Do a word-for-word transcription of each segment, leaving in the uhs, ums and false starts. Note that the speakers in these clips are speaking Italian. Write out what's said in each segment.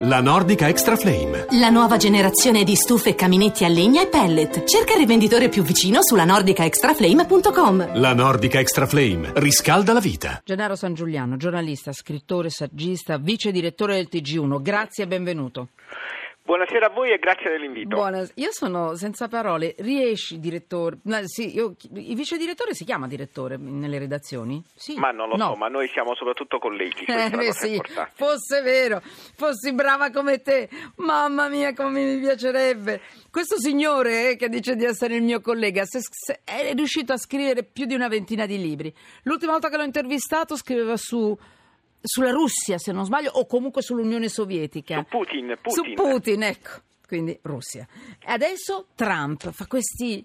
La Nordica Extra Flame. La nuova generazione di stufe e caminetti a legna e pellet. Cerca il rivenditore più vicino sulla nordica extra flame punto com. La Nordica Extra Flame riscalda la vita. Gennaro San Giuliano, giornalista, scrittore, saggista, vice direttore del T G uno. Grazie e benvenuto. Buonasera a voi e grazie dell'invito. Buona, io sono senza parole. Riesci, direttore? No, sì, io, il vice direttore si chiama direttore nelle redazioni? Sì. Ma non lo no. so, ma noi siamo soprattutto colleghi. Eh, beh, sì, importante. Fosse vero, fossi brava come te, mamma mia come mi piacerebbe. Questo signore eh, che dice di essere il mio collega se, se, è riuscito a scrivere più di una ventina di libri. L'ultima volta che l'ho intervistato scriveva su... sulla Russia, se non sbaglio, o comunque sull'Unione Sovietica. Su Putin, Putin. Su Putin, ecco, quindi Russia. E adesso Trump fa questi...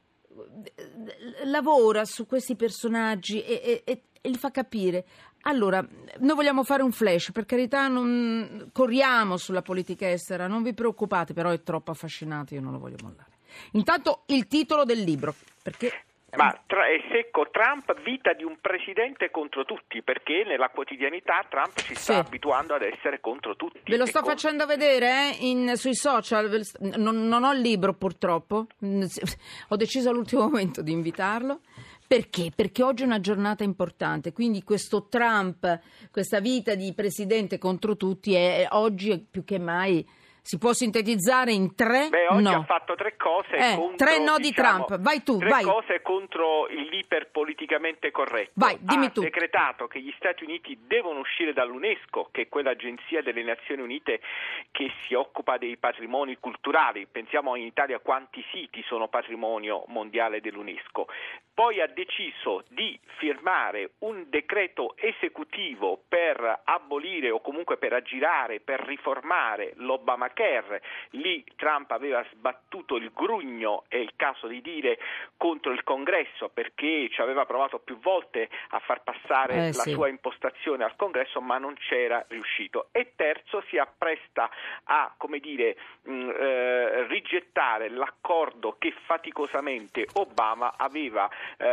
lavora su questi personaggi e, e, e, e li fa capire. Allora, noi vogliamo fare un flash, per carità, non corriamo sulla politica estera, non vi preoccupate, però è troppo affascinante, io non lo voglio mollare. Intanto il titolo del libro, perché... Ma tra, è secco Trump, vita di un presidente contro tutti, perché nella quotidianità Trump ci sta sì. abituando ad essere contro tutti. Ve lo sto con... facendo vedere eh, in, sui social, non, non ho il libro purtroppo, ho deciso all'ultimo momento di invitarlo. Perché? Perché oggi è una giornata importante, quindi questo Trump, questa vita di presidente contro tutti, è, oggi è più che mai... Si può sintetizzare in tre Beh, oggi no. ha fatto tre cose eh, contro, tre no di diciamo, Trump. Vai tu, tre vai. cose contro l'iperpoliticamente corretto. Vai, dimmi ha tu. decretato che gli Stati Uniti devono uscire dall'UNESCO, che è quell'agenzia delle Nazioni Unite che si occupa dei patrimoni culturali. Pensiamo in Italia quanti siti sono patrimonio mondiale dell'UNESCO. Poi ha deciso di firmare un decreto esecutivo per abolire o comunque per aggirare, per riformare l'Obamacare. Lì Trump aveva sbattuto il grugno, è il caso di dire, contro il Congresso, perché ci aveva provato più volte a far passare eh, la sì. sua impostazione al Congresso, ma non c'era riuscito. E terzo, si appresta a, come dire, mh, eh, rigettare l'accordo che faticosamente Obama aveva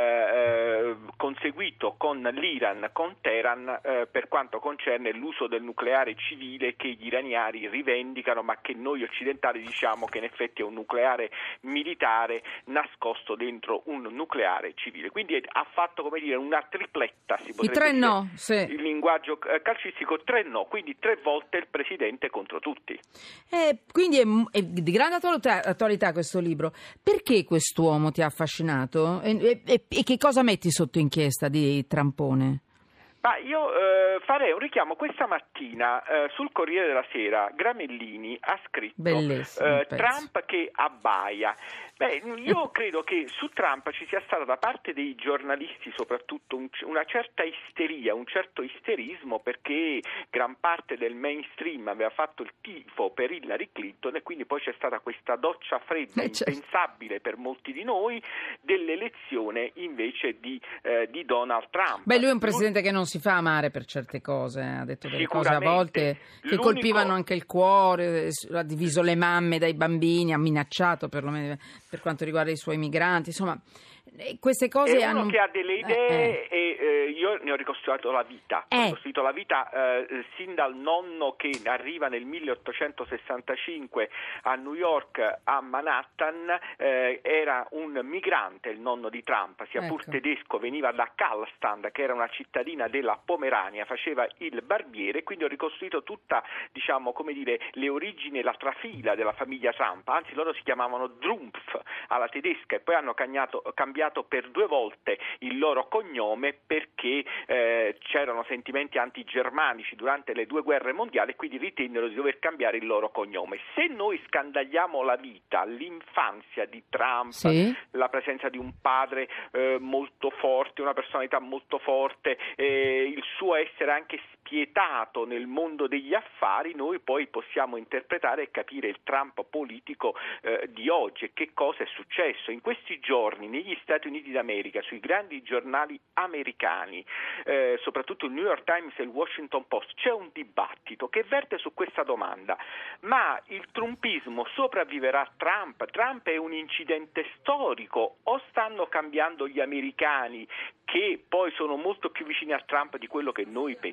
eh, conseguito con l'Iran, con Teheran, eh, per quanto concerne l'uso del nucleare civile che gli iraniani rivendicano, ma che noi occidentali diciamo che in effetti è un nucleare militare nascosto dentro un nucleare civile. Quindi ha fatto, come dire, una tripletta, si potrebbe I tre dire, no, sì. il linguaggio calcistico, tre no, quindi tre volte il presidente contro tutti. Eh, quindi è, è di grande attualità, attualità questo libro. Perché quest'uomo ti ha affascinato? E, e, e che cosa metti sotto inchiesta di Trampone? Ma io eh, farei un richiamo. Questa mattina eh, sul Corriere della Sera Gramellini ha scritto eh, Trump che abbaia. Beh, io credo che su Trump ci sia stata da parte dei giornalisti soprattutto un, una certa isteria, un certo isterismo, perché gran parte del mainstream aveva fatto il tifo per Hillary Clinton e quindi poi c'è stata questa doccia fredda, eh, certo. impensabile per molti di noi, dell'elezione invece di, eh, di Donald Trump. Beh, lui è un presidente che non si fa amare per certe cose, ha detto delle cose a volte che L'unico... colpivano anche il cuore, ha diviso le mamme dai bambini, ha minacciato perlomeno per quanto riguarda i suoi migranti, insomma queste cose è uno hanno... che ha delle idee eh, eh. e eh, io ne ho ricostruito la vita eh. ho ricostruito la vita eh, sin dal nonno che arriva nel milleottocentosessantacinque a New York, a Manhattan, eh, era un migrante il nonno di Trump, sia ecco. pur tedesco, veniva da Karlstad che era una cittadina della Pomerania, faceva il barbiere, quindi ho ricostruito tutta, diciamo, come dire, le origini e la trafila della famiglia Trump, anzi loro si chiamavano Drumpf alla tedesca e poi hanno cambiato, cambiato per due volte il loro cognome perché eh, c'erano sentimenti antigermanici durante le due guerre mondiali e quindi ritennero di dover cambiare il loro cognome. Se noi scandagliamo la vita, l'infanzia di Trump, sì. la presenza di un padre eh, molto forte, una personalità molto forte, eh, il suo essere anche spietato nel mondo degli affari, noi poi possiamo interpretare e capire il Trump politico eh, di oggi e che cosa è successo. In questi giorni negli Stati Uniti d'America, sui grandi giornali americani, eh, soprattutto il New York Times e il Washington Post, c'è un dibattito che verte su questa domanda: ma il trumpismo sopravviverà Trump? Trump è un incidente storico o stanno cambiando gli americani che poi sono molto più vicini a Trump di quello che noi pensiamo?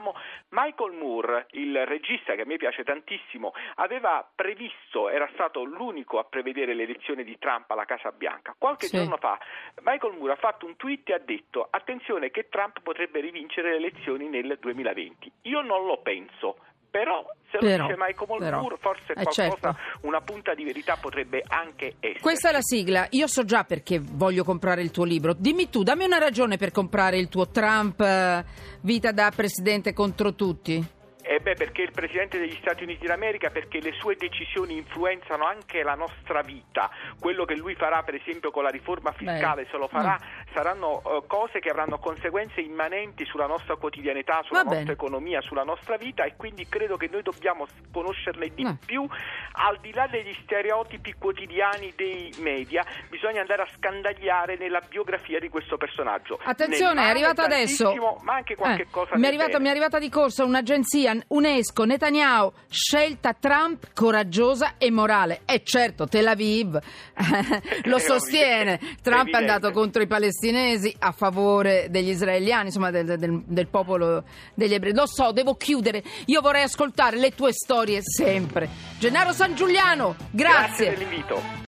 sappiamo, Michael Moore, il regista che a me piace tantissimo, aveva previsto, era stato l'unico a prevedere l'elezione di Trump alla Casa Bianca. Qualche sì. giorno fa Michael Moore ha fatto un tweet e ha detto: attenzione che Trump potrebbe rivincere le elezioni nel duemilaventi. Io non lo penso. Però, se lo però, dice Michael però. Moore, forse eh, qualcosa, certo. una punta di verità potrebbe anche essere. Questa è la sigla. Io so già perché voglio comprare il tuo libro. Dimmi tu, dammi una ragione per comprare il tuo Trump, eh, vita da presidente contro tutti. Eh beh, perché il Presidente degli Stati Uniti d'America, perché le sue decisioni influenzano anche la nostra vita. Quello che lui farà, per esempio, con la riforma fiscale, beh, se lo farà, mm. saranno uh, cose che avranno conseguenze immanenti sulla nostra quotidianità, sulla Va nostra bene. economia, sulla nostra vita, e quindi credo che noi dobbiamo conoscerne di no. più. Al di là degli stereotipi quotidiani dei media, bisogna andare a scandagliare nella biografia di questo personaggio. Attenzione, è arrivata adesso. Ma anche qualche eh, cosa mi è, arrivato, mi è arrivata di corsa un'agenzia UNESCO, Netanyahu, scelta Trump coraggiosa e morale. E certo, Tel Aviv lo sostiene. Trump è andato contro i palestinesi, a favore degli israeliani, insomma del, del, del popolo degli ebrei. Lo so, devo chiudere. Io vorrei ascoltare le tue storie sempre. Gennaro San Giuliano, grazie. Grazie dell'invito.